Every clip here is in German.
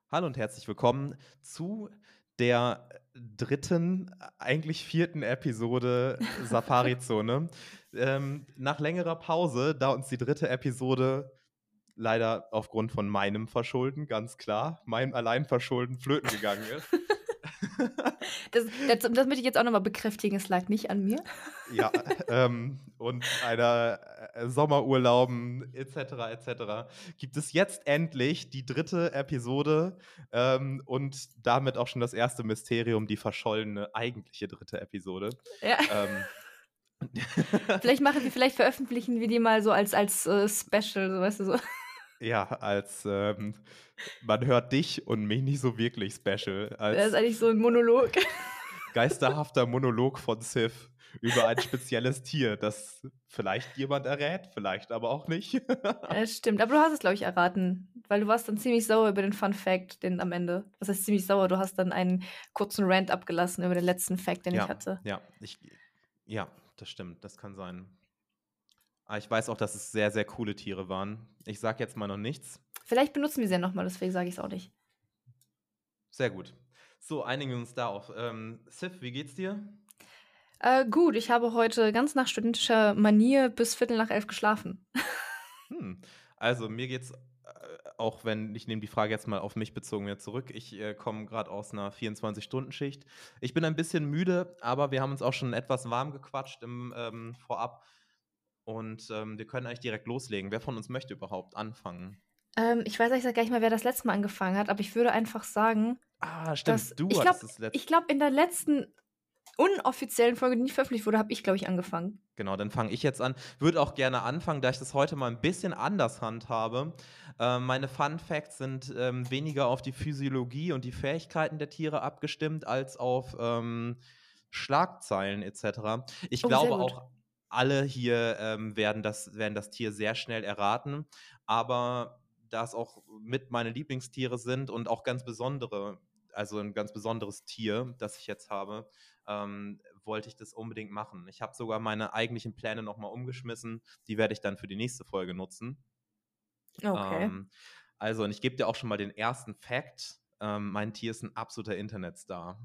Hallo und herzlich willkommen zu der dritten, eigentlich vierten Episode Safari-Zone. Nach längerer Pause, da uns die dritte Episode leider aufgrund von meinem Verschulden, ganz klar, meinem Alleinverschulden flöten gegangen ist. Das möchte ich jetzt auch nochmal bekräftigen, es lag nicht an mir. Ja, und einer Sommerurlauben etc. gibt es jetzt endlich die dritte Episode und damit auch schon das erste Mysterium, die verschollene eigentliche dritte Episode. Ja. Ähm, Vielleicht veröffentlichen wir die mal so als Special, so weißt du so. ja, als man hört dich und mich nicht so wirklich special, Das ist als eigentlich so ein Monolog. geisterhafter Monolog von Sif über ein spezielles Tier, das vielleicht jemand errät, vielleicht aber auch nicht. Ja, stimmt, aber du hast es, glaube ich, erraten, weil du warst dann ziemlich sauer über den Fun Fact, den am Ende. Was heißt ziemlich sauer? Du hast dann einen kurzen Rant abgelassen über den letzten Fact, den ich Ja, hatte. ja, das stimmt, das kann sein. Aber ich weiß auch, dass es sehr, sehr coole Tiere waren. Ich sag jetzt mal noch nichts. Vielleicht benutzen wir sie ja nochmal, deswegen sage ich es auch nicht. Sehr gut. So, einigen wir uns darauf. Sif, wie geht's dir? Gut, ich habe heute ganz nach studentischer Manier bis 11:15 geschlafen. Also, mir geht's, auch wenn ich nehme die Frage jetzt mal auf mich bezogen wieder zurück. Ich komme gerade aus einer 24-Stunden-Schicht. Ich bin ein bisschen müde, aber wir haben uns auch schon etwas warm gequatscht im Vorab. Und wir können eigentlich direkt loslegen. Wer von uns möchte überhaupt anfangen? Ich weiß ehrlich gesagt gar nicht mal, wer das letzte Mal angefangen hat, aber ich würde einfach sagen, Ah, dass stimmt, du ich glaube, hattest das letzte. ich glaube, in der letzten unoffiziellen Folge, die nicht veröffentlicht wurde, habe ich, glaube ich, angefangen. Genau, dann fange ich jetzt an. Würde auch gerne anfangen, da ich das heute mal ein bisschen anders handhabe. Meine Fun Facts sind weniger auf die Physiologie und die Fähigkeiten der Tiere abgestimmt, als auf Schlagzeilen etc. Ich Oh, sehr glaube gut. auch, alle hier werden das Tier sehr schnell erraten. Aber da es auch mit meine Lieblingstiere sind und auch ganz besondere, also ein ganz besonderes Tier, das ich jetzt habe, wollte ich das unbedingt machen. Ich habe sogar meine eigentlichen Pläne nochmal umgeschmissen. Die werde ich dann für die nächste Folge nutzen. Okay. Ähm, also, und ich gebe dir auch schon mal den ersten Fact. Mein Tier ist ein absoluter Internetstar.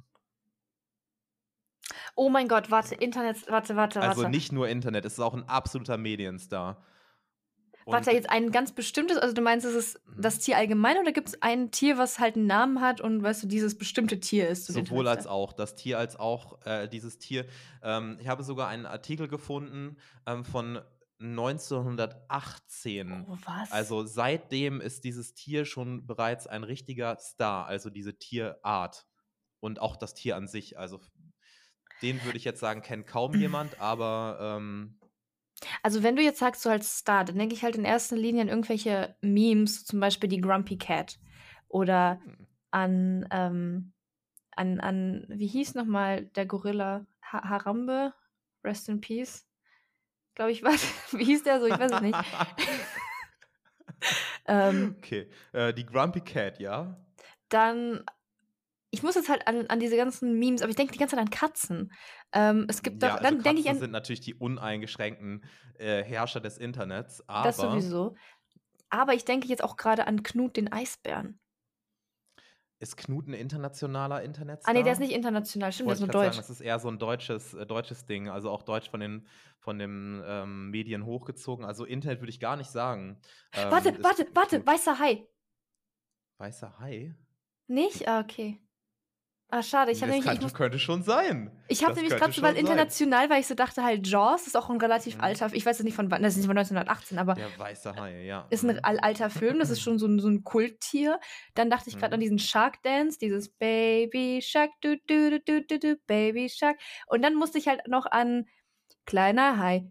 Oh mein Gott, warte, Internet, Also warte. nicht nur Internet, es ist auch ein absoluter Medienstar. Warte, Und jetzt ein ganz bestimmtes, also du meinst, ist es das mhm. Tier allgemein oder gibt es ein Tier, was halt einen Namen hat und weißt du, dieses bestimmte Tier ist so ein Sowohl als Internetstar? auch, das Tier als auch dieses Tier. Ich habe sogar einen Artikel gefunden von 1918. Oh, was? Also seitdem ist dieses Tier schon bereits ein richtiger Star, also diese Tierart und auch das Tier an sich. Also den würde ich jetzt sagen, kennt kaum jemand, aber Also wenn du jetzt sagst, so als Star, dann denke ich halt in erster Linie an irgendwelche Memes, zum Beispiel die Grumpy Cat. Oder hm. an, wie hieß nochmal der Gorilla? Harambe? Rest in Peace? Glaube ich, was? Wie hieß der so? Ich weiß es nicht. Ähm, Okay, die Grumpy Cat, ja? dann, ich muss jetzt halt an diese ganzen Memes, aber ich denke die ganze Zeit an Katzen. Es gibt Ja, doch, also dann denke ich Katzen an sind natürlich die uneingeschränkten Herrscher des Internets, das aber sowieso. Aber ich denke jetzt auch gerade an Knut den Eisbären. ist Knut 'n internationaler Ah, nee, der ist nicht Internetstar? international, stimmt, der ist Wollte ich nur grad sagen, deutsch. das ist eher so 'n deutsches Ding, also auch deutsch von den, Medien hochgezogen. Also, Internet würde ich gar nicht sagen, ist Knut Weißer Hai. weißer Hai? Nicht? Ah, okay. Ah, schade. Das könnte schon sein. Ich habe Das nämlich könnte gerade so, weil schon sein. international, weil ich so dachte halt, Jaws ist auch ein relativ Mhm. alter, ich weiß jetzt nicht von wann, das ist nicht von 1918, aber Der weiße Hai, ja. ist ein alter Film, das ist schon so ein Kulttier. Dann dachte ich gerade an Mhm. diesen Shark Dance, dieses Baby Shark, du, Baby Shark. Und dann musste ich halt noch an kleiner Hai,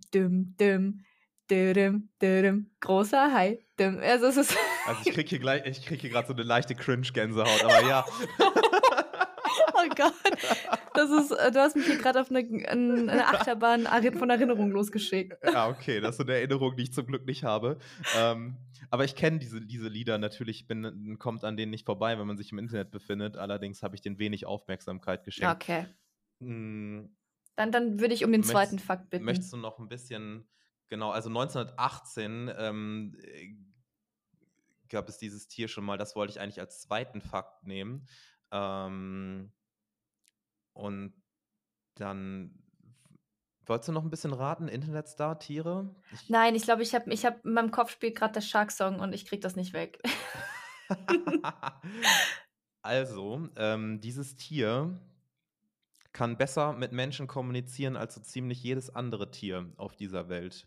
großer Hai, Also es ist Also, ich kriege hier grad so 'ne leichte Cringe-Gänsehaut, aber ja. oh Gott, das ist, du hast mich hier gerade auf eine Achterbahn von Erinnerung losgeschickt. Ah, okay, das ist so 'ne Erinnerung, die ich zum Glück nicht habe. Aber ich kenne diese Lieder natürlich, kommt an denen nicht vorbei, wenn man sich im Internet befindet. Allerdings habe ich denen wenig Aufmerksamkeit geschenkt. Okay. Hm, Dann würde ich um den zweiten möchtest Fakt möchtest bitten. du noch 'n bisschen genau, also 1918, gab es dieses Tier schon mal. Das wollte ich eigentlich als zweiten Fakt nehmen. Und dann wolltest du noch ein bisschen raten? Internetstar, Tiere? Nein, ich glaube, ich hab in meinem Kopf spielt gerade der Shark-Song und ich krieg das nicht weg. Also, dieses Tier kann besser mit Menschen kommunizieren als so ziemlich jedes andere Tier auf dieser Welt.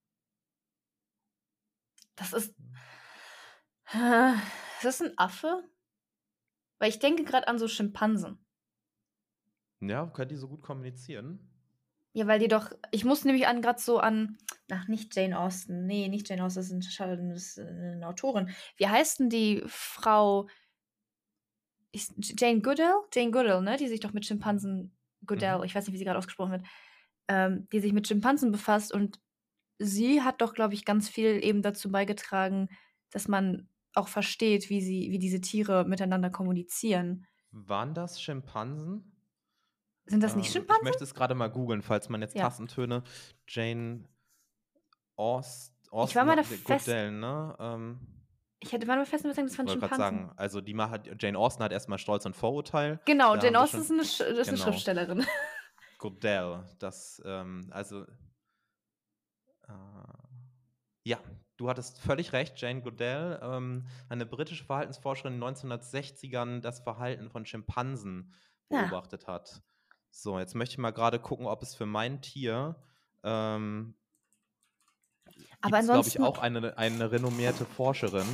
Das ist. Ist das ein Affe? Weil ich denke gerade an so Schimpansen. Ja, können die so gut kommunizieren? Ja, weil die doch. Ich muss nämlich gerade so an. Ach, nicht Jane Austen. Nee, nicht Jane Austen, das ist eine Autorin. Wie heißt denn die Frau? Jane Goodall? Jane Goodall, ne? Die sich doch mit Schimpansen. Goodall, ich weiß nicht, wie sie gerade ausgesprochen wird. Die sich mit Schimpansen befasst und sie hat doch, glaube ich, ganz viel eben dazu beigetragen, dass man auch versteht, wie diese Tiere miteinander kommunizieren. Waren das Schimpansen? Sind das nicht Ich Schimpansen? möchte es gerade mal googeln, falls man jetzt Ja. Tassentöne. Jane Austen Ich war mal da fest. Goodall, ne? Ich hätte mal fest überzeugt, das waren Ich wollte gerade Schimpansen. sagen, also Jane Austen hat erstmal Stolz und Vorurteil. Genau, Da Jane haben wir Austen ist schon- eine genau. Schriftstellerin. Goodall, ja, du hattest völlig recht, Jane Goodall, eine britische Verhaltensforscherin in den 1960ern, das Verhalten von Schimpansen Ja. beobachtet hat. So, jetzt möchte ich mal gerade gucken, ob es für mein Tier Aber gibt es, glaube ich, ansonsten. auch eine renommierte Forscherin.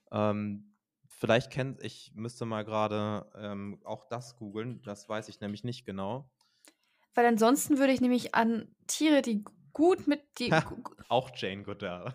Ich müsste mal gerade auch das googeln, das weiß ich nämlich nicht genau. Weil ansonsten würde ich nämlich an Tiere, die gut mit. Auch Jane Goodall.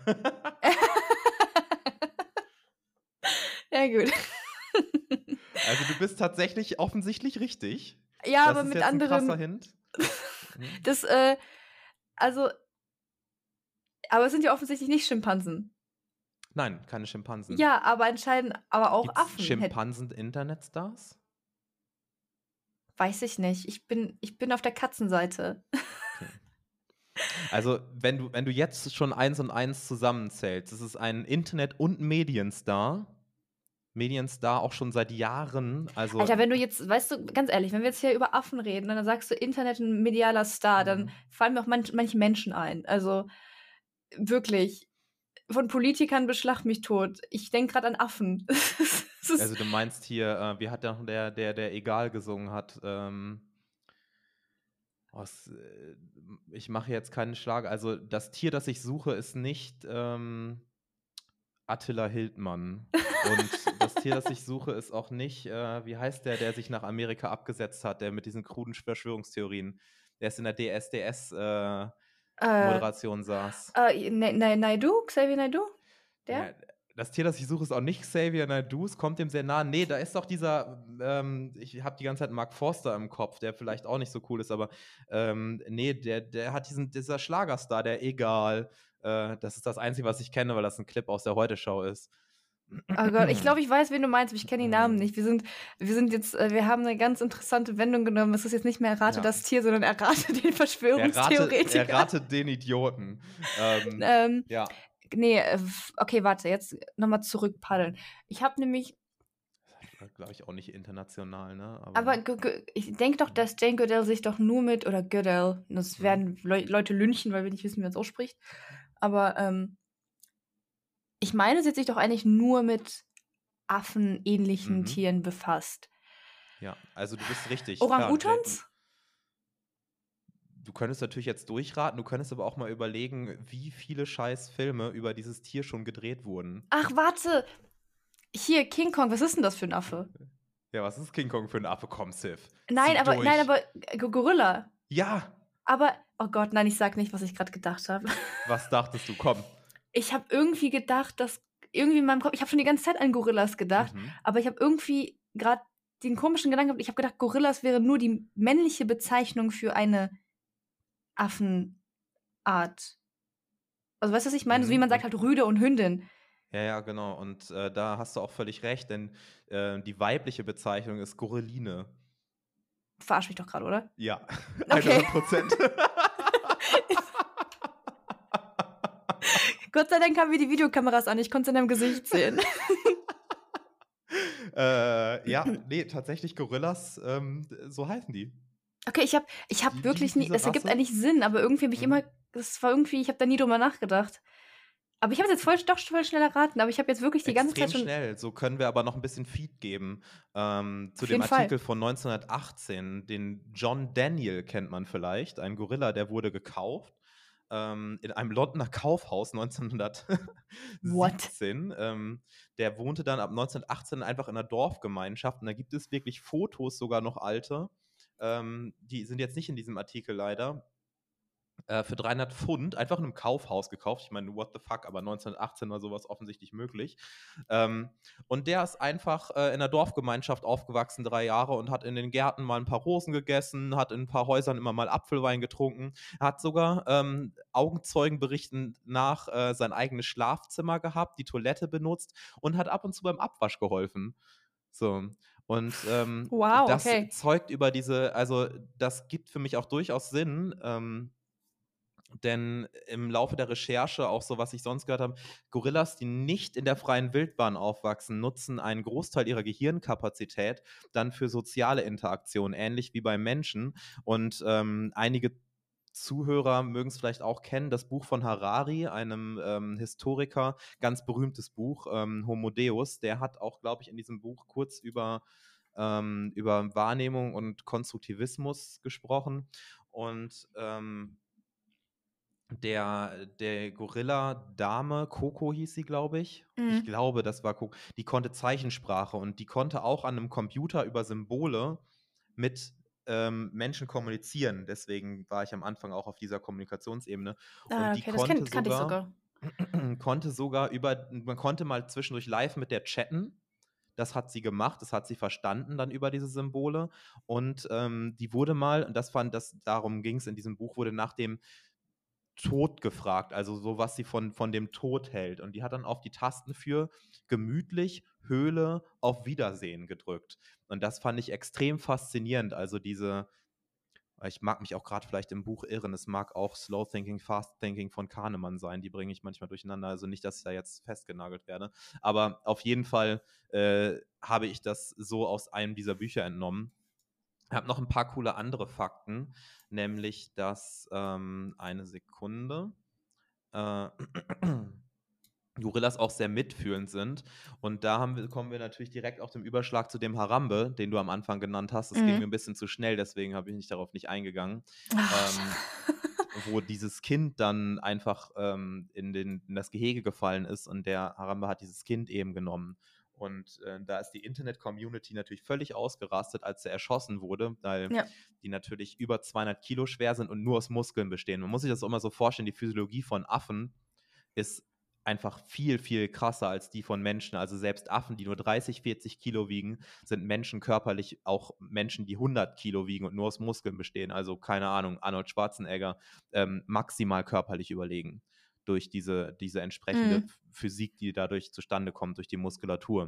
Ja, gut. Also du bist tatsächlich offensichtlich richtig. Ja, Das aber ist mit jetzt ein krasser anderen. Hint. Das, also. Aber es sind ja offensichtlich nicht Schimpansen. Nein, keine Schimpansen. Ja, aber anscheinend aber auch Gibt's Affen. Schimpansen-Internetstars? Weiß ich nicht. Ich bin auf der Katzenseite. Okay. Also, wenn du jetzt schon 1 und 1 zusammenzählst, es ist ein Internet- und Medienstar. Medienstar auch schon seit Jahren. Also, Alter, wenn du jetzt, weißt du, ganz ehrlich, wenn wir jetzt hier über Affen reden und dann sagst du Internet und medialer Star, dann fallen mir auch manche Menschen ein. Also wirklich, von Politikern beschlag mich tot. Ich denke gerade an Affen. also du meinst hier, wie hat der Egal gesungen hat? Ich mache jetzt keinen Schlag. Also das Tier, das ich suche, ist nicht Attila Hildmann. Und das Tier, das ich suche, ist auch nicht, wie heißt der sich nach Amerika abgesetzt hat, der mit diesen kruden Verschwörungstheorien, der ist in der DSDS-Moderation saß. Naidu? Xavier Naidu? Der? Ja, das Tier, das ich suche, ist auch nicht Xavier Naidoo, es kommt dem sehr nah. Nee, da ist doch dieser, ich habe die ganze Zeit Mark Forster im Kopf, der vielleicht auch nicht so cool ist, aber nee, der hat dieser Schlagerstar, der Egal. Das ist das Einzige, was ich kenne, weil das ein Clip aus der Heute-Show ist. Oh Gott, ich glaube, ich weiß, wen du meinst, aber ich kenne die Namen nicht. Wir sind jetzt, wir haben eine ganz interessante Wendung genommen. Es ist jetzt nicht mehr errate das Tier, sondern errate den Verschwörungstheoretiker. Errate den Idioten. Ja. Nee, okay, warte, jetzt nochmal zurückpaddeln. Ich habe nämlich. Glaube ich auch nicht international, ne? Aber ich denke doch, dass Jane Goodall sich doch nur mit, oder Goodall, das werden Leute lynchen, weil wir nicht wissen, wie man es ausspricht. Aber ich meine, sie hat sich doch eigentlich nur mit affenähnlichen Tieren befasst. Ja, also du bist richtig. Orang-Utans? Du könntest natürlich jetzt durchraten, du könntest aber auch mal überlegen, wie viele scheiß Filme über dieses Tier schon gedreht wurden. Ach, warte. Hier, King Kong, was ist denn das für ein Affe? Ja, was ist King Kong für ein Affe? Komm, Sif. Nein, aber Gorilla. Ja. Aber, oh Gott, nein, ich sag nicht, was ich gerade gedacht habe. Was dachtest du? Komm. Ich habe irgendwie gedacht, dass irgendwie in meinem Kopf, ich habe schon die ganze Zeit an Gorillas gedacht, aber ich habe irgendwie gerade den komischen Gedanken gehabt, ich habe gedacht, Gorillas wäre nur die männliche Bezeichnung für eine Affenart. Also weißt du, was ich meine? So wie man sagt halt Rüde und Hündin. Ja, genau. Und da hast du auch völlig recht, denn die weibliche Bezeichnung ist Gorilline. Verarsch mich doch gerade, oder? Ja, okay. 100%. Gott sei Dank haben wir die Videokameras an, ich konnte es in deinem Gesicht sehen. Ja, nee, tatsächlich Gorillas, so heißen die. Okay, ich habe wirklich nie, Diese das ergibt Rasse. eigentlich Sinn, aber irgendwie habe ich immer, Mhm. das war irgendwie, ich habe da nie drüber nachgedacht. Aber ich habe es jetzt voll schnell erraten, aber ich habe jetzt wirklich die ganze Zeit Extrem schon, schnell. So können wir aber noch ein bisschen Feed geben. Zu auf dem jeden Fall. Artikel von 1918. Den John Daniel kennt man vielleicht. Ein Gorilla, der wurde gekauft in einem Londoner Kaufhaus What? 1917. Der wohnte dann ab 1918 einfach in einer Dorfgemeinschaft. Und da gibt es wirklich Fotos, sogar noch alte. Die sind jetzt nicht in diesem Artikel leider. Für 300 Pfund einfach in einem Kaufhaus gekauft. Ich meine, what the fuck, aber 1918 war sowas offensichtlich möglich. Ähm, und der ist einfach in der Dorfgemeinschaft aufgewachsen, 3 Jahre, und hat in den Gärten mal ein paar Rosen gegessen, hat in ein paar Häusern immer mal Apfelwein getrunken, hat sogar Augenzeugenberichten nach sein eigenes Schlafzimmer gehabt, die Toilette benutzt und hat ab und zu beim Abwasch geholfen. So. Und Wow, das okay. zeugt über diese, also das gibt für mich auch durchaus Sinn, denn im Laufe der Recherche, auch so was ich sonst gehört habe, Gorillas, die nicht in der freien Wildbahn aufwachsen, nutzen einen Großteil ihrer Gehirnkapazität dann für soziale Interaktion, ähnlich wie beim Menschen. Und einige Zuhörer mögen es vielleicht auch kennen, das Buch von Harari, einem Historiker, ganz berühmtes Buch, Homo Deus. Der hat auch, glaube ich, in diesem Buch kurz über Wahrnehmung und Konstruktivismus gesprochen. Und der Gorilla-Dame, Coco hieß sie, glaube ich. Ich Mhm. glaube, das war Coco. Die konnte Zeichensprache und die konnte auch an einem Computer über Symbole mit Menschen kommunizieren. Deswegen war ich am Anfang auch auf dieser Kommunikationsebene. Und Ah, die okay, das kannte ich sogar. konnte sogar man konnte mal zwischendurch live mit der chatten. Das hat sie gemacht, das hat sie verstanden dann über diese Symbole. Und die wurde mal, und darum ging es in diesem Buch, wurde nach dem Tod gefragt, also so, was sie von dem Tod hält. Und die hat dann auf die Tasten für gemütlich, Höhle, auf Wiedersehen gedrückt. Und das fand ich extrem faszinierend. Also ich mag mich auch gerade vielleicht im Buch irren, es mag auch Slow Thinking, Fast Thinking von Kahnemann sein, die bringe ich manchmal durcheinander, also nicht, dass ich da jetzt festgenagelt werde. Aber auf jeden Fall habe ich das so aus einem dieser Bücher entnommen. Ich habe noch ein paar coole andere Fakten, nämlich, dass eine Sekunde, äh, Gorillas auch sehr mitfühlend sind. Und da kommen wir natürlich direkt auf den Überschlag zu dem Harambe, den du am Anfang genannt hast. Das ging mir ein Mhm. bisschen zu schnell, deswegen habe ich nicht darauf nicht eingegangen. Ach, Ähm, Wo dieses Kind dann einfach in das Gehege gefallen ist und der Harambe hat dieses Kind eben genommen. Und da ist die Internet-Community natürlich völlig ausgerastet, als er erschossen wurde, weil ja. die natürlich über 200 Kilo schwer sind und nur aus Muskeln bestehen. Man muss sich das auch immer so vorstellen, die Physiologie von Affen ist einfach viel, viel krasser als die von Menschen. Also selbst Affen, die nur 30, 40 Kilo wiegen, sind Menschen körperlich auch Menschen, die 100 Kilo wiegen und nur aus Muskeln bestehen. Also keine Ahnung, Arnold Schwarzenegger maximal körperlich überlegen durch diese entsprechende Mhm. Physik, die dadurch zustande kommt, durch die Muskulatur.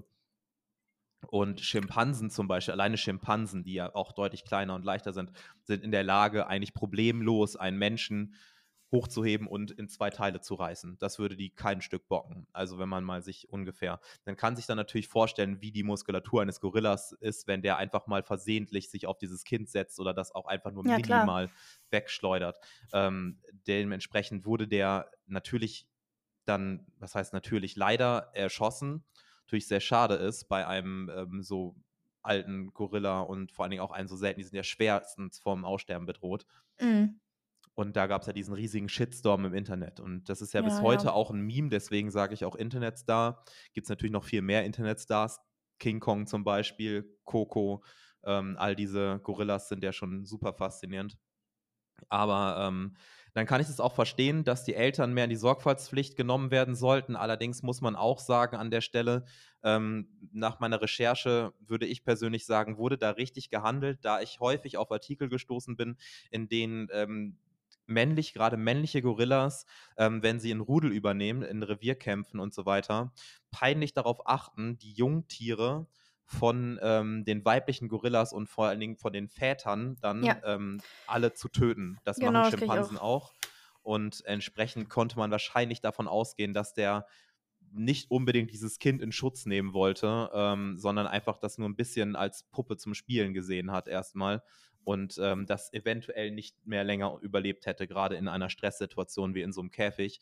Und Schimpansen zum Beispiel, alleine Schimpansen, die ja auch deutlich kleiner und leichter sind in der Lage, eigentlich problemlos einen Menschen hochzuheben und in 2 Teile zu reißen. Das würde die kein Stück bocken. Also wenn man mal sich ungefähr, dann kann sich dann natürlich vorstellen, wie die Muskulatur eines Gorillas ist, wenn der einfach mal versehentlich sich auf dieses Kind setzt oder das auch einfach nur Ja, klar. minimal wegschleudert. Dementsprechend wurde der natürlich dann, was heißt natürlich, leider erschossen. Natürlich sehr schade ist bei einem so alten Gorilla und vor allen Dingen auch einen so selten, die sind ja schwerstens vom Aussterben bedroht. Mhm. Und da gab es ja diesen riesigen Shitstorm im Internet. Und das ist ja bis Ja, ja. heute auch ein Meme, deswegen sage ich auch Internetstar. Gibt es natürlich noch viel mehr Internetstars. King Kong zum Beispiel, Coco, all diese Gorillas sind ja schon super faszinierend. Aber dann kann ich es auch verstehen, dass die Eltern mehr in die Sorgfaltspflicht genommen werden sollten. Allerdings muss man auch sagen an der Stelle, nach meiner Recherche würde ich persönlich sagen, wurde da richtig gehandelt, da ich häufig auf Artikel gestoßen bin, in denen gerade männliche Gorillas, wenn sie ein Rudel übernehmen, in Revierkämpfen und so weiter, peinlich darauf achten, die Jungtiere von den weiblichen Gorillas und vor allen Dingen von den Vätern dann Ja, alle zu töten. Das machen genau, das kenne ich Schimpansen auch. auch. und entsprechend konnte man wahrscheinlich davon ausgehen, dass der nicht unbedingt dieses Kind in Schutz nehmen wollte, sondern einfach das nur ein bisschen als Puppe zum Spielen gesehen hat erstmal und das eventuell nicht mehr länger überlebt hätte, gerade in einer Stresssituation wie in so einem Käfig.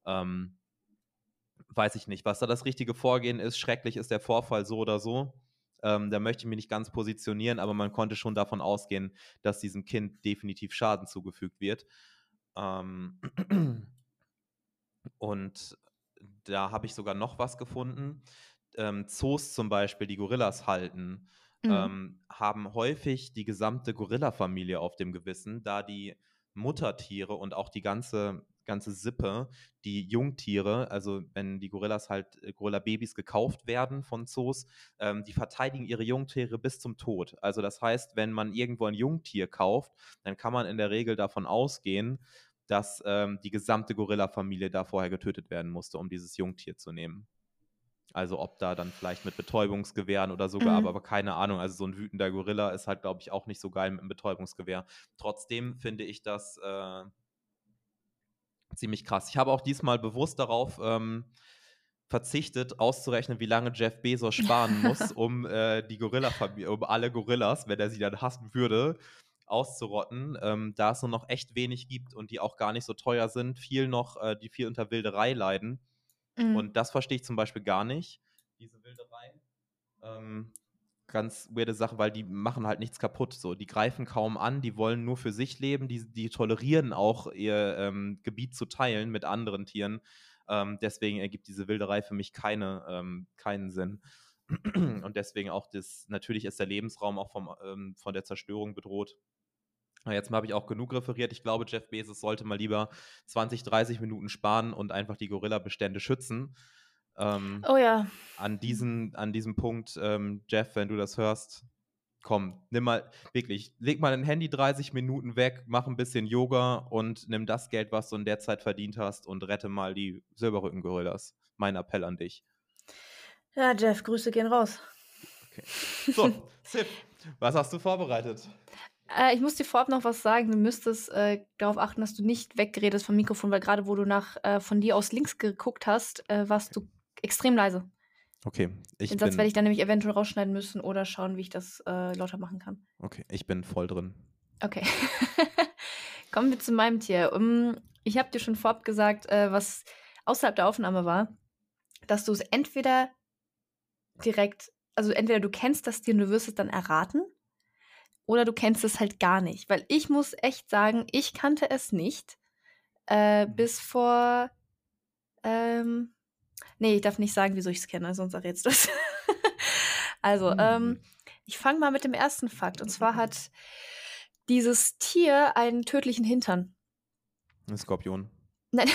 Weiß ich nicht, was da das richtige Vorgehen ist. Schrecklich ist der Vorfall so oder so. Da möchte ich mich nicht ganz positionieren, aber man konnte schon davon ausgehen, dass diesem Kind definitiv Schaden zugefügt wird. Und da habe ich sogar noch was gefunden. Zoos zum Beispiel, die Gorillas halten, haben häufig die gesamte Gorilla-Familie auf dem Gewissen, da die Muttertiere und auch die ganze Sippe, die Jungtiere, also wenn die Gorillas halt, Gorilla-Babys gekauft werden von Zoos, die verteidigen ihre Jungtiere bis zum Tod. Also das heißt, wenn man irgendwo ein Jungtier kauft, dann kann man in der Regel davon ausgehen, dass die gesamte Gorilla-Familie da vorher getötet werden musste, um dieses Jungtier zu nehmen. Also ob da dann vielleicht mit Betäubungsgewehren oder sogar, aber keine Ahnung. Also so ein wütender Gorilla ist halt, glaube ich, auch nicht so geil mit einem Betäubungsgewehr. Trotzdem finde ich das ziemlich krass. Ich habe auch diesmal bewusst darauf verzichtet, auszurechnen, wie lange Jeff Bezos sparen muss, um die Gorilla-Familie, um alle Gorillas, wenn er sie dann hassen würde, auszurotten, da es nur noch echt wenig gibt und die auch gar nicht so teuer sind, die viel unter Wilderei leiden. Und das verstehe ich zum Beispiel gar nicht, diese Wilderei. Ganz weirde Sache, weil die machen halt nichts kaputt. So. Die greifen kaum an, die wollen nur für sich leben, die tolerieren auch ihr Gebiet zu teilen mit anderen Tieren. Deswegen ergibt diese Wilderei für mich keinen Sinn. Und deswegen auch natürlich ist der Lebensraum auch von der Zerstörung bedroht. Jetzt habe ich auch genug referiert. Ich glaube, Jeff Bezos sollte mal lieber 20, 30 Minuten sparen und einfach die Gorilla-Bestände schützen. Oh ja. An diesem Punkt, Jeff, wenn du das hörst, komm, leg mal ein Handy 30 Minuten weg, mach ein bisschen Yoga und nimm das Geld, was du in der Zeit verdient hast und rette mal die Silberrücken-Gorillas. Mein Appell an dich. Ja, Jeff, Grüße gehen raus. Okay. So, Sif, was hast du vorbereitet? Ich muss dir vorab noch was sagen. Du müsstest darauf achten, dass du nicht wegredest vom Mikrofon, weil gerade wo du von dir aus links geguckt hast, warst du extrem leise. Okay, Den Satz werde ich dann nämlich eventuell rausschneiden müssen oder schauen, wie ich das lauter machen kann. Okay, ich bin voll drin. Okay. Kommen wir zu meinem Tier. Ich habe dir schon vorab gesagt, was außerhalb der Aufnahme war, dass du es entweder du kennst das Tier und du wirst es dann erraten, oder du kennst es halt gar nicht. Weil ich muss echt sagen, ich kannte es nicht. Bis vor. Nee, ich darf nicht sagen, wieso ich es kenne, sonst errätst du es. Also, ich fange mal mit dem ersten Fakt. Und zwar hat dieses Tier einen tödlichen Hintern. Ein Skorpion. Nein.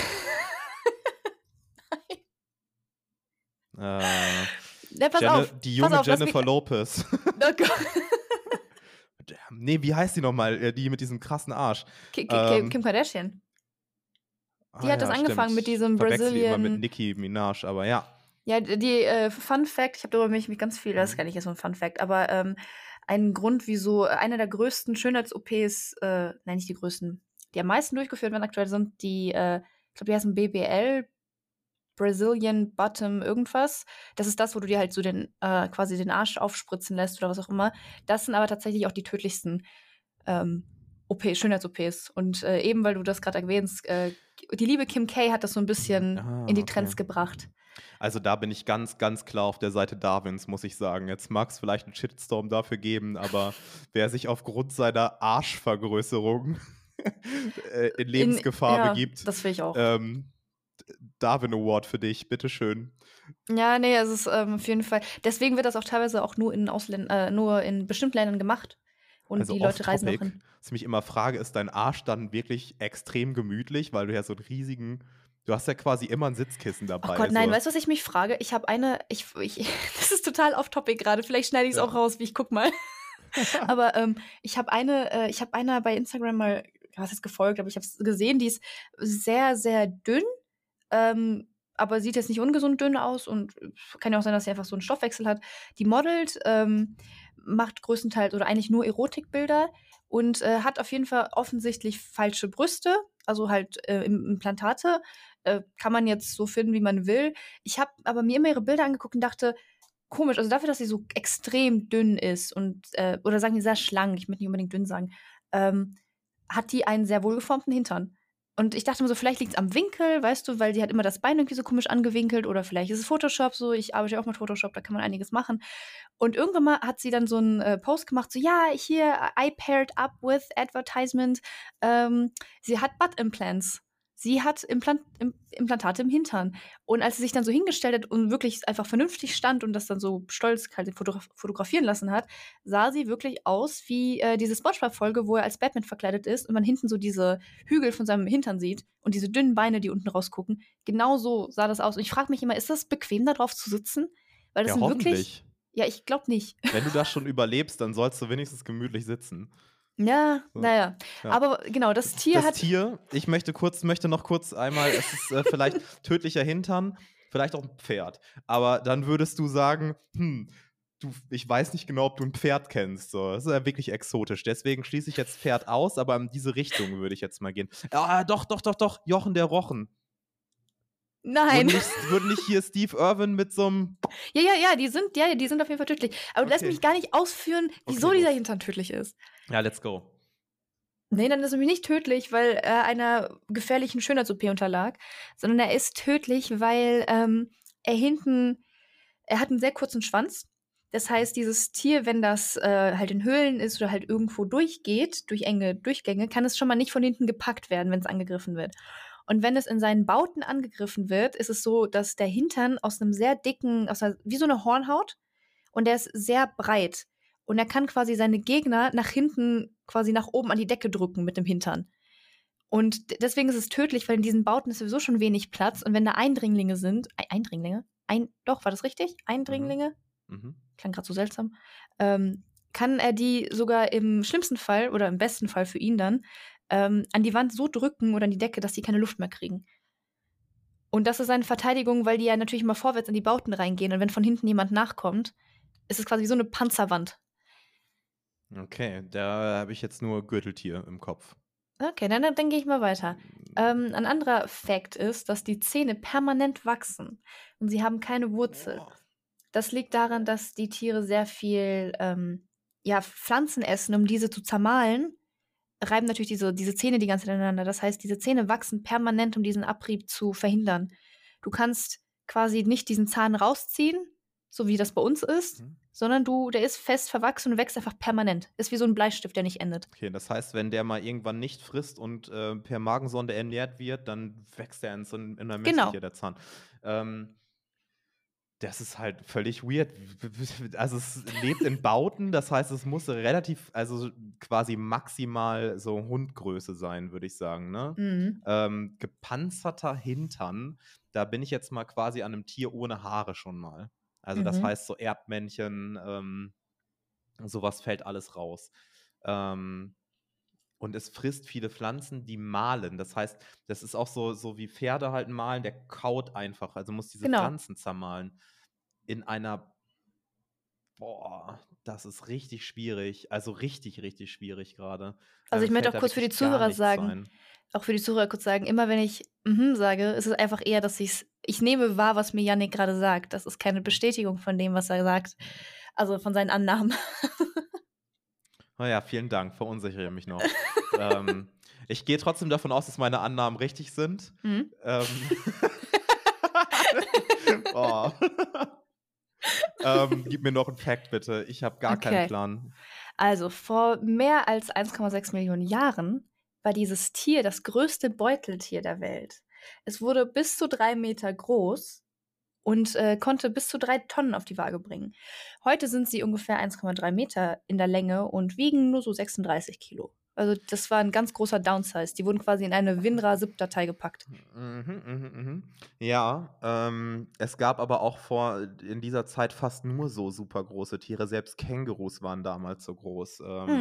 Ja, pass auf. Die junge Jennifer Lopez. Oh Gott. Nee, wie heißt die nochmal? Die mit diesem krassen Arsch. Kim Kardashian. Die hat das angefangen mit diesem Brazilian. Brazilian. Immer mit Nicki Minaj, aber ja. Ja, die Fun Fact, ich habe darüber mich ganz viel, das ist gar nicht so ein Fun Fact, aber ein Grund, wieso einer der größten Schönheits-OPs, nein, nicht die größten, die am meisten durchgeführt werden aktuell sind, ich glaube, die heißen BBL, Brazilian Bottom irgendwas. Das ist das, wo du dir halt so quasi den Arsch aufspritzen lässt oder was auch immer. Das sind aber tatsächlich auch die tödlichsten Schönheits-OPs. Und eben, weil du das gerade erwähnst, die liebe Kim K hat das so ein bisschen in die Trends gebracht. Also da bin ich ganz, ganz klar auf der Seite Darwins, muss ich sagen. Jetzt mag es vielleicht einen Shitstorm dafür geben, aber wer sich aufgrund seiner Arschvergrößerung in Lebensgefahr begibt, das will ich auch. Darwin Award für dich, bitteschön. Ja, nee, es ist auf jeden Fall. Deswegen wird das auch teilweise auch nur in bestimmten Ländern gemacht. Und also die Leute reisen auch hin. Was ich mich immer frage, ist dein Arsch dann wirklich extrem gemütlich, weil du ja so einen riesigen. Du hast ja quasi immer ein Sitzkissen dabei. Oh Gott, nein, weißt du, was ich mich frage? Ich habe das ist total off-topic gerade, vielleicht schneide ich es auch raus, guck mal. Aber ich habe einer bei Instagram mal, was ist gefolgt, aber ich habe es gesehen, die ist sehr, sehr dünn, aber sieht jetzt nicht ungesund dünn aus und kann ja auch sein, dass sie einfach so einen Stoffwechsel hat. Die modelt, macht größtenteils oder eigentlich nur Erotikbilder und hat auf jeden Fall offensichtlich falsche Brüste, also halt Implantate. Kann man jetzt so finden, wie man will. Ich habe aber mir immer ihre Bilder angeguckt und dachte, komisch, also dafür, dass sie so extrem dünn ist und, oder sagen wir sehr schlank, ich möchte nicht unbedingt dünn sagen, hat die einen sehr wohlgeformten Hintern. Und ich dachte mir so, vielleicht liegt es am Winkel, weißt du, weil sie hat immer das Bein irgendwie so komisch angewinkelt oder vielleicht ist es Photoshop so. Ich arbeite ja auch mit Photoshop, da kann man einiges machen. Und irgendwann mal hat sie dann so einen Post gemacht, so, ja, hier, I paired up with advertisement. Sie hat Butt Implants. Sie hat Implantate im Hintern. Und als sie sich dann so hingestellt hat und wirklich einfach vernünftig stand und das dann so stolz halt fotografieren lassen hat, sah sie wirklich aus wie diese SpongeBob-Folge, wo er als Batman verkleidet ist und man hinten so diese Hügel von seinem Hintern sieht und diese dünnen Beine, die unten rausgucken. Genau so sah das aus. Und ich frage mich immer, ist das bequem, da drauf zu sitzen? Weil das Ja, sind wirklich. hoffentlich. Ja, ich glaube nicht. Wenn du das schon überlebst, dann sollst du wenigstens gemütlich sitzen. Ja, So. naja. Ja. Aber genau, das Tier Das hat. Tier, ich möchte noch kurz einmal, es ist vielleicht tödlicher Hintern, vielleicht auch ein Pferd. Aber dann würdest du sagen, ich weiß nicht genau, ob du ein Pferd kennst. So. Das ist ja wirklich exotisch. Deswegen schließe ich jetzt Pferd aus, aber in diese Richtung würde ich jetzt mal gehen. Ah, doch, Jochen der Rochen. Nein. Würde nicht hier Steve Irwin mit so einem. Ja, die sind auf jeden Fall tödlich. Aber du lässt mich gar nicht ausführen, wieso Okay, dieser los. Hintern tödlich ist. Ja, let's go. Nee, dann ist er nämlich nicht tödlich, weil er einer gefährlichen Schönheits-OP unterlag, sondern er ist tödlich, weil er hat einen sehr kurzen Schwanz. Das heißt, dieses Tier, wenn das halt in Höhlen ist oder halt irgendwo durchgeht, durch enge Durchgänge, kann es schon mal nicht von hinten gepackt werden, wenn es angegriffen wird. Und wenn es in seinen Bauten angegriffen wird, ist es so, dass der Hintern aus einem sehr dicken, wie so eine Hornhaut, und der ist sehr breit. Und er kann quasi seine Gegner nach hinten, quasi nach oben an die Decke drücken mit dem Hintern. Und deswegen ist es tödlich, weil in diesen Bauten ist sowieso schon wenig Platz. Und wenn da Eindringlinge sind, Eindringlinge? Doch, war das richtig? Eindringlinge? Klang gerade so seltsam. Kann er die sogar im schlimmsten Fall oder im besten Fall für ihn dann an die Wand so drücken oder an die Decke, dass die keine Luft mehr kriegen. Und das ist seine Verteidigung, weil die ja natürlich immer vorwärts in die Bauten reingehen. Und wenn von hinten jemand nachkommt, ist es quasi wie so eine Panzerwand. Okay, da habe ich jetzt nur Gürteltier im Kopf. Okay, dann gehe ich mal weiter. Ein anderer Fakt ist, dass die Zähne permanent wachsen und sie haben keine Wurzel. Oh. Das liegt daran, dass die Tiere sehr viel Pflanzen essen, um diese zu zermahlen. Reiben natürlich diese Zähne die ganze Zeit ineinander. Das heißt, diese Zähne wachsen permanent, um diesen Abrieb zu verhindern. Du kannst quasi nicht diesen Zahn rausziehen, so wie das bei uns ist, sondern der ist fest verwachsen und wächst einfach permanent. Ist wie so ein Bleistift, der nicht endet. Okay, das heißt, wenn der mal irgendwann nicht frisst und per Magensonde ernährt wird, dann wächst er in der Messe hier, der Zahn. Das ist halt völlig weird. Also es lebt in Bauten, das heißt, es muss relativ, also quasi maximal so Hundgröße sein, würde ich sagen. Ne? Gepanzerter Hintern, da bin ich jetzt mal quasi an einem Tier ohne Haare schon mal. Also das heißt so Erdmännchen, sowas fällt alles raus. Und es frisst viele Pflanzen, die mahlen. Das heißt, das ist auch so wie Pferde halt mahlen, der kaut einfach, also muss diese Pflanzen zermahlen. In einer, das ist richtig schwierig. Also richtig, richtig schwierig gerade. Also ich möchte auch kurz für die Zuhörer sagen, immer wenn ich sage, ist es einfach eher, dass ich nehme wahr, was mir Yannick gerade sagt. Das ist keine Bestätigung von dem, was er sagt. Also von seinen Annahmen. Naja, vielen Dank, verunsichere mich noch. Ich gehe trotzdem davon aus, dass meine Annahmen richtig sind. Gib mir noch einen Fact, bitte. Ich habe gar keinen Plan. Also, vor mehr als 1,6 Millionen Jahren war dieses Tier das größte Beuteltier der Welt. Es wurde bis zu 3 Meter groß und konnte bis zu 3 Tonnen auf die Waage bringen. Heute sind sie ungefähr 1,3 Meter in der Länge und wiegen nur so 36 Kilo. Also das war ein ganz großer Downsize. Die wurden quasi in eine WinRAR-ZIP-Datei gepackt. Ja, es gab aber auch in dieser Zeit fast nur so super große Tiere. Selbst Kängurus waren damals so groß.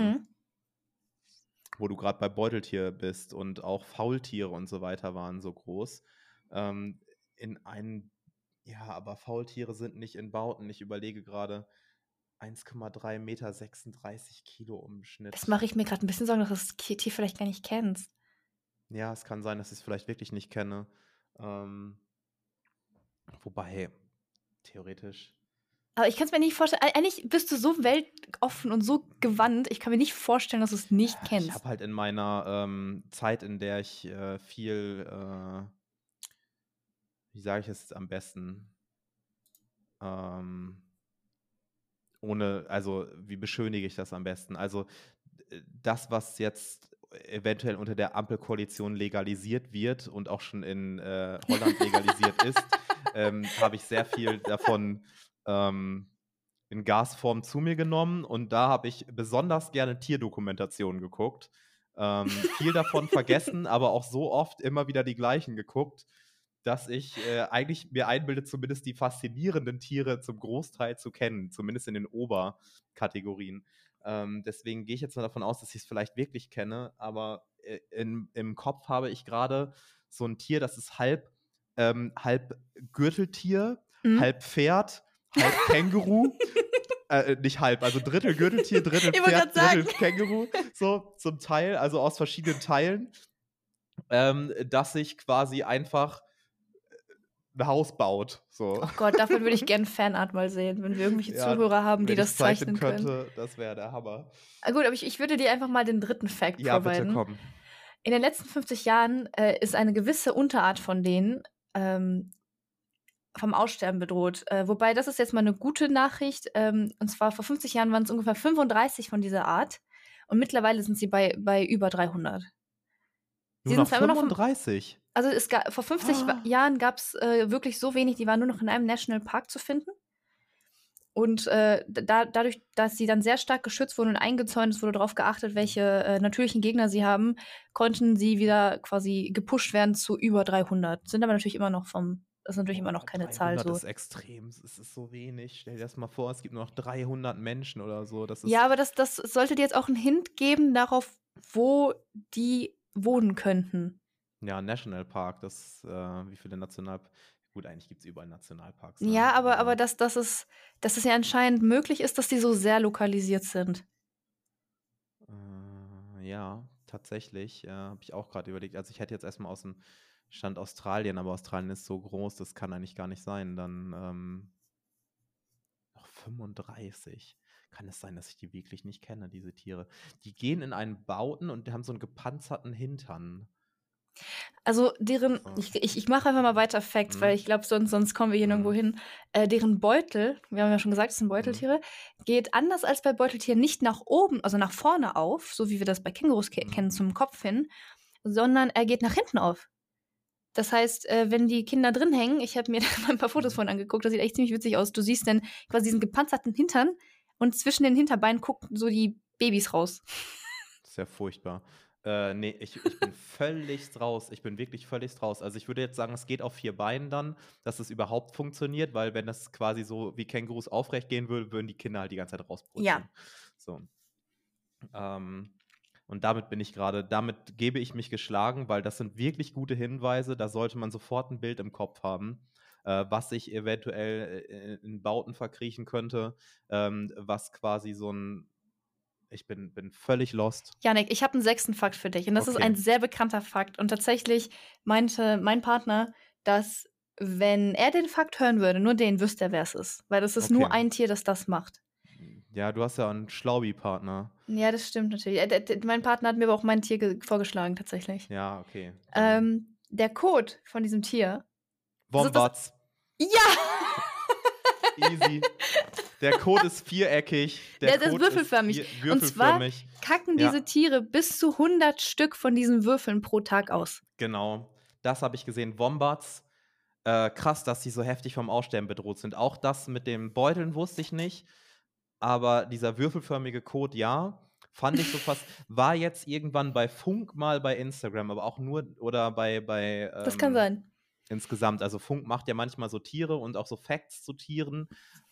Wo du gerade bei Beuteltier bist, und auch Faultiere und so weiter waren so groß. Aber Faultiere sind nicht in Bauten. Ich überlege gerade, 1,3 Meter, 36 Kilo im Schnitt. Das mache ich mir gerade ein bisschen Sorgen, dass du das Tier vielleicht gar nicht kennst. Ja, es kann sein, dass ich es vielleicht wirklich nicht kenne. Wobei, theoretisch. Aber ich kann es mir nicht vorstellen. Eigentlich bist du so weltoffen und so gewandt. Ich kann mir nicht vorstellen, dass du es nicht Ich kennst. habe halt in meiner Zeit, in der ich viel, wie sage ich es jetzt am besten, also wie beschönige ich das am besten? Also das, was jetzt eventuell unter der Ampelkoalition legalisiert wird und auch schon in Holland legalisiert ist, habe ich sehr viel davon in Gasform zu mir genommen und da habe ich besonders gerne Tierdokumentationen geguckt. Viel davon vergessen, aber auch so oft immer wieder die gleichen geguckt, dass ich eigentlich mir einbilde, zumindest die faszinierenden Tiere zum Großteil zu kennen, zumindest in den Oberkategorien. Deswegen gehe ich jetzt mal davon aus, dass ich es vielleicht wirklich kenne, aber im Kopf habe ich gerade so ein Tier, das ist halb Gürteltier, halb Pferd, halb Känguru. Nicht halb, also Drittel Gürteltier, Drittel Ich wollte Pferd, grad sagen. Drittel Känguru, so zum Teil, also aus verschiedenen Teilen, dass sich quasi einfach ein Haus baut. So. Oh Gott, davon würde ich gerne Fanart mal sehen, wenn wir irgendwelche Ja, Zuhörer haben, die wenn ich das zeichnen können. könnte, das wäre der Hammer. Gut, aber ich würde dir einfach mal den dritten Fact Ja, bitte providen. komm. In den letzten 50 Jahren ist eine gewisse Unterart von denen vom Aussterben bedroht. Wobei, das ist jetzt mal eine gute Nachricht. Und zwar vor 50 Jahren waren es ungefähr 35 von dieser Art. Und mittlerweile sind sie bei über 300. Nur noch 35? Also vor 50 Jahren gab es wirklich so wenig, die waren nur noch in einem Nationalpark zu finden. Und dadurch, dass sie dann sehr stark geschützt wurden und eingezäunt, es wurde darauf geachtet, welche natürlichen Gegner sie haben, konnten sie wieder quasi gepusht werden zu über 300. Sind aber natürlich immer noch das ist natürlich immer noch keine Zahl. 300 ist extrem, es ist so wenig. Stell dir das mal vor, es gibt nur noch 300 Menschen oder so. Das ist Ja, aber das sollte dir jetzt auch einen Hint geben darauf, wo die wohnen könnten. Ja, Nationalpark, wie viele Nationalparks? Gut, eigentlich gibt es überall Nationalparks. Ne? Ja, aber dass es ja anscheinend möglich ist, dass die so sehr lokalisiert sind. Ja, tatsächlich. Habe ich auch gerade überlegt. Also ich hätte jetzt erstmal aus dem Stand Australien, aber Australien ist so groß, das kann eigentlich gar nicht sein. Dann noch 35. Kann es sein, dass ich die wirklich nicht kenne, diese Tiere? Die gehen in einen Bauten und die haben so einen gepanzerten Hintern. Also ich mache einfach mal weiter Facts, weil ich glaube, sonst kommen wir hier nirgendwo hin. Deren Beutel, wir haben ja schon gesagt, es sind Beuteltiere, geht anders als bei Beuteltieren nicht nach oben, also nach vorne auf, so wie wir das bei Kängurus kennen, zum Kopf hin, sondern er geht nach hinten auf. Das heißt, wenn die Kinder drin hängen, ich habe mir da mal ein paar Fotos von angeguckt, das sieht echt ziemlich witzig aus. Du siehst dann quasi diesen gepanzerten Hintern und zwischen den Hinterbeinen gucken so die Babys raus. Das ist ja furchtbar. Nee, ich bin völlig raus. Ich bin wirklich völlig raus. Also ich würde jetzt sagen, es geht auf 4 Beinen dann, dass es überhaupt funktioniert, weil wenn das quasi so wie Kängurus aufrecht gehen würde, würden die Kinder halt die ganze Zeit rausbrutzeln. Ja. So. Und damit gebe ich mich geschlagen, weil das sind wirklich gute Hinweise. Da sollte man sofort ein Bild im Kopf haben, was sich eventuell in Bauten verkriechen könnte, was quasi so ein Ich bin völlig lost. Janik, ich habe einen 6. Fakt für dich. Und das ist ein sehr bekannter Fakt. Und tatsächlich meinte mein Partner, dass, wenn er den Fakt hören würde, nur den wüsste er, wer es ist. Weil das ist nur ein Tier, das macht. Ja, du hast ja einen Schlaubi-Partner. Ja, das stimmt natürlich. Mein Partner hat mir aber auch mein Tier vorgeschlagen, tatsächlich. Ja, okay. Der Code von diesem Tier. Wombats. Ja! Easy. Der Code ist viereckig. Der ist würfelförmig. Und zwar kacken diese Tiere bis zu 100 Stück von diesen Würfeln pro Tag aus. Genau. Das habe ich gesehen. Wombats. Krass, dass die so heftig vom Aussterben bedroht sind. Auch das mit den Beuteln wusste ich nicht. Aber dieser würfelförmige Code, ja. Fand ich so fast. War jetzt irgendwann bei Funk mal bei Instagram, aber auch nur oder bei das kann sein. Insgesamt. Also Funk macht ja manchmal so Tiere und auch so Facts zu Tieren.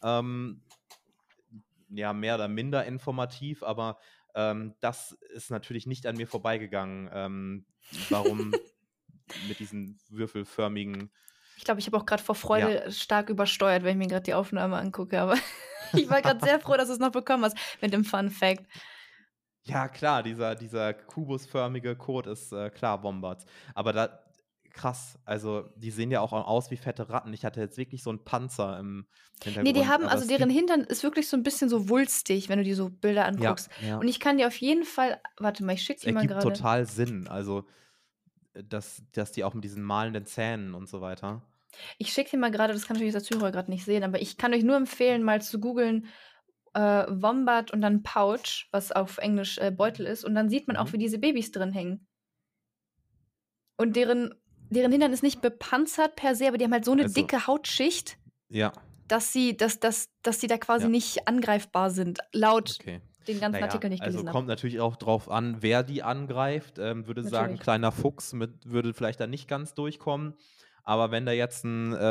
Ja, mehr oder minder informativ, aber das ist natürlich nicht an mir vorbeigegangen. Warum mit diesen würfelförmigen. Ich glaube, ich habe auch gerade vor Freude stark übersteuert, wenn ich mir gerade die Aufnahme angucke, aber. Ich war gerade sehr froh, dass du es noch bekommen hast mit dem Fun Fact. Ja, klar, dieser kubusförmige Code ist, klar, Wombats. Aber krass, also die sehen ja auch aus wie fette Ratten. Ich hatte jetzt wirklich so einen Panzer im Nee, die Hintergrund, haben, aber also es deren gibt Hintern ist wirklich so ein bisschen so wulstig, wenn du dir so Bilder ja, anguckst. ja. Und ich kann dir auf jeden Fall, warte mal, ich schicke Es dir mal ergibt gerade. total Sinn, also, dass die auch mit diesen malenden Zähnen und so weiter. Ich schicke dir mal gerade, das kann natürlich der Zuhörer gerade nicht sehen, aber ich kann euch nur empfehlen, mal zu googeln, Wombat und dann Pouch, was auf Englisch Beutel ist. Und dann sieht man auch, Mhm. wie diese Babys drin hängen. Und deren Hintern ist nicht bepanzert per se, aber die haben halt so eine Also dicke Hautschicht, ja, dass sie da quasi ja, nicht angreifbar sind, laut okay. den ganzen Na ja, Artikeln, die ich also gelesen habe. kommt natürlich auch drauf an, wer die angreift. Würde sagen, Natürlich. kleiner Fuchs würde vielleicht da nicht ganz durchkommen. Aber wenn da jetzt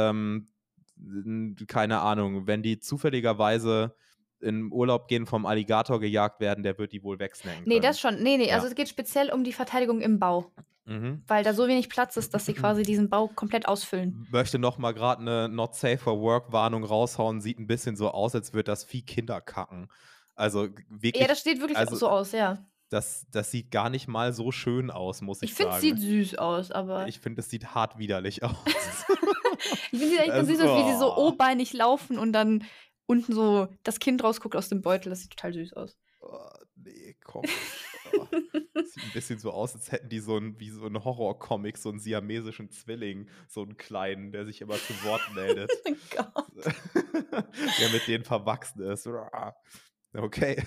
keine Ahnung, wenn die zufälligerweise in Urlaub gehen, vom Alligator gejagt werden, der wird die wohl wegsnacken Nee, das können. schon. Nee, also Ja. es geht speziell um die Verteidigung im Bau, Mhm. weil da so wenig Platz ist, dass sie quasi diesen Bau komplett ausfüllen. Möchte noch mal gerade eine Not Safe for Work Warnung raushauen. Sieht ein bisschen so aus, als würde das Vieh Kinder kacken. Also Ja, das wirklich, steht wirklich also so aus, ja. das sieht gar nicht mal so schön aus, muss Ich ich finde, es sieht sagen. süß aus, aber Ich finde, es sieht hart widerlich aus. ich finde, sieht eigentlich ganz Also, süß aus, wie sie so oh, O-beinig laufen und dann unten so das Kind rausguckt aus dem Beutel. Das sieht total süß aus. nee, komisch. Sieht ein bisschen so aus, als hätten die wie so ein Horrorcomic, so einen siamesischen Zwilling, so einen kleinen, der sich immer zu Wort meldet. Oh Gott. Der mit denen verwachsen ist. Okay.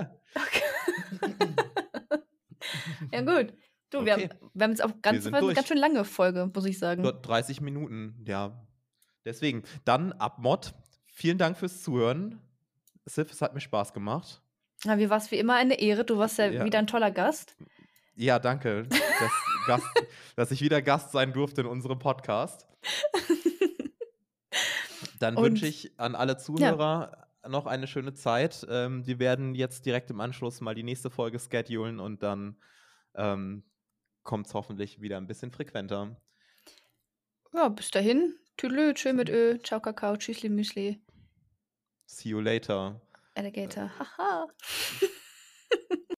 Ja, gut. Du, wir haben, Okay, wir haben jetzt auch wir sind eine ganz durch. schön lange Folge, muss ich sagen. 30 Minuten, ja. Deswegen, dann ab Mod. Vielen Dank fürs Zuhören. Sif, es hat mir Spaß gemacht. Ja, mir war es wie immer eine Ehre. Du warst ja Ja, wieder ein toller Gast. ja, danke, dass ich wieder Gast sein durfte in unserem Podcast. Dann wünsche Und ich an alle ja, Zuhörer noch eine schöne Zeit. Wir werden jetzt direkt im Anschluss mal die nächste Folge schedulen und dann kommt es hoffentlich wieder ein bisschen frequenter. ja, bis dahin. Tüdelü, tschö mit Ö. Ciao, Kakao. Tschüssli, Müsli. See you later. Alligator. Haha.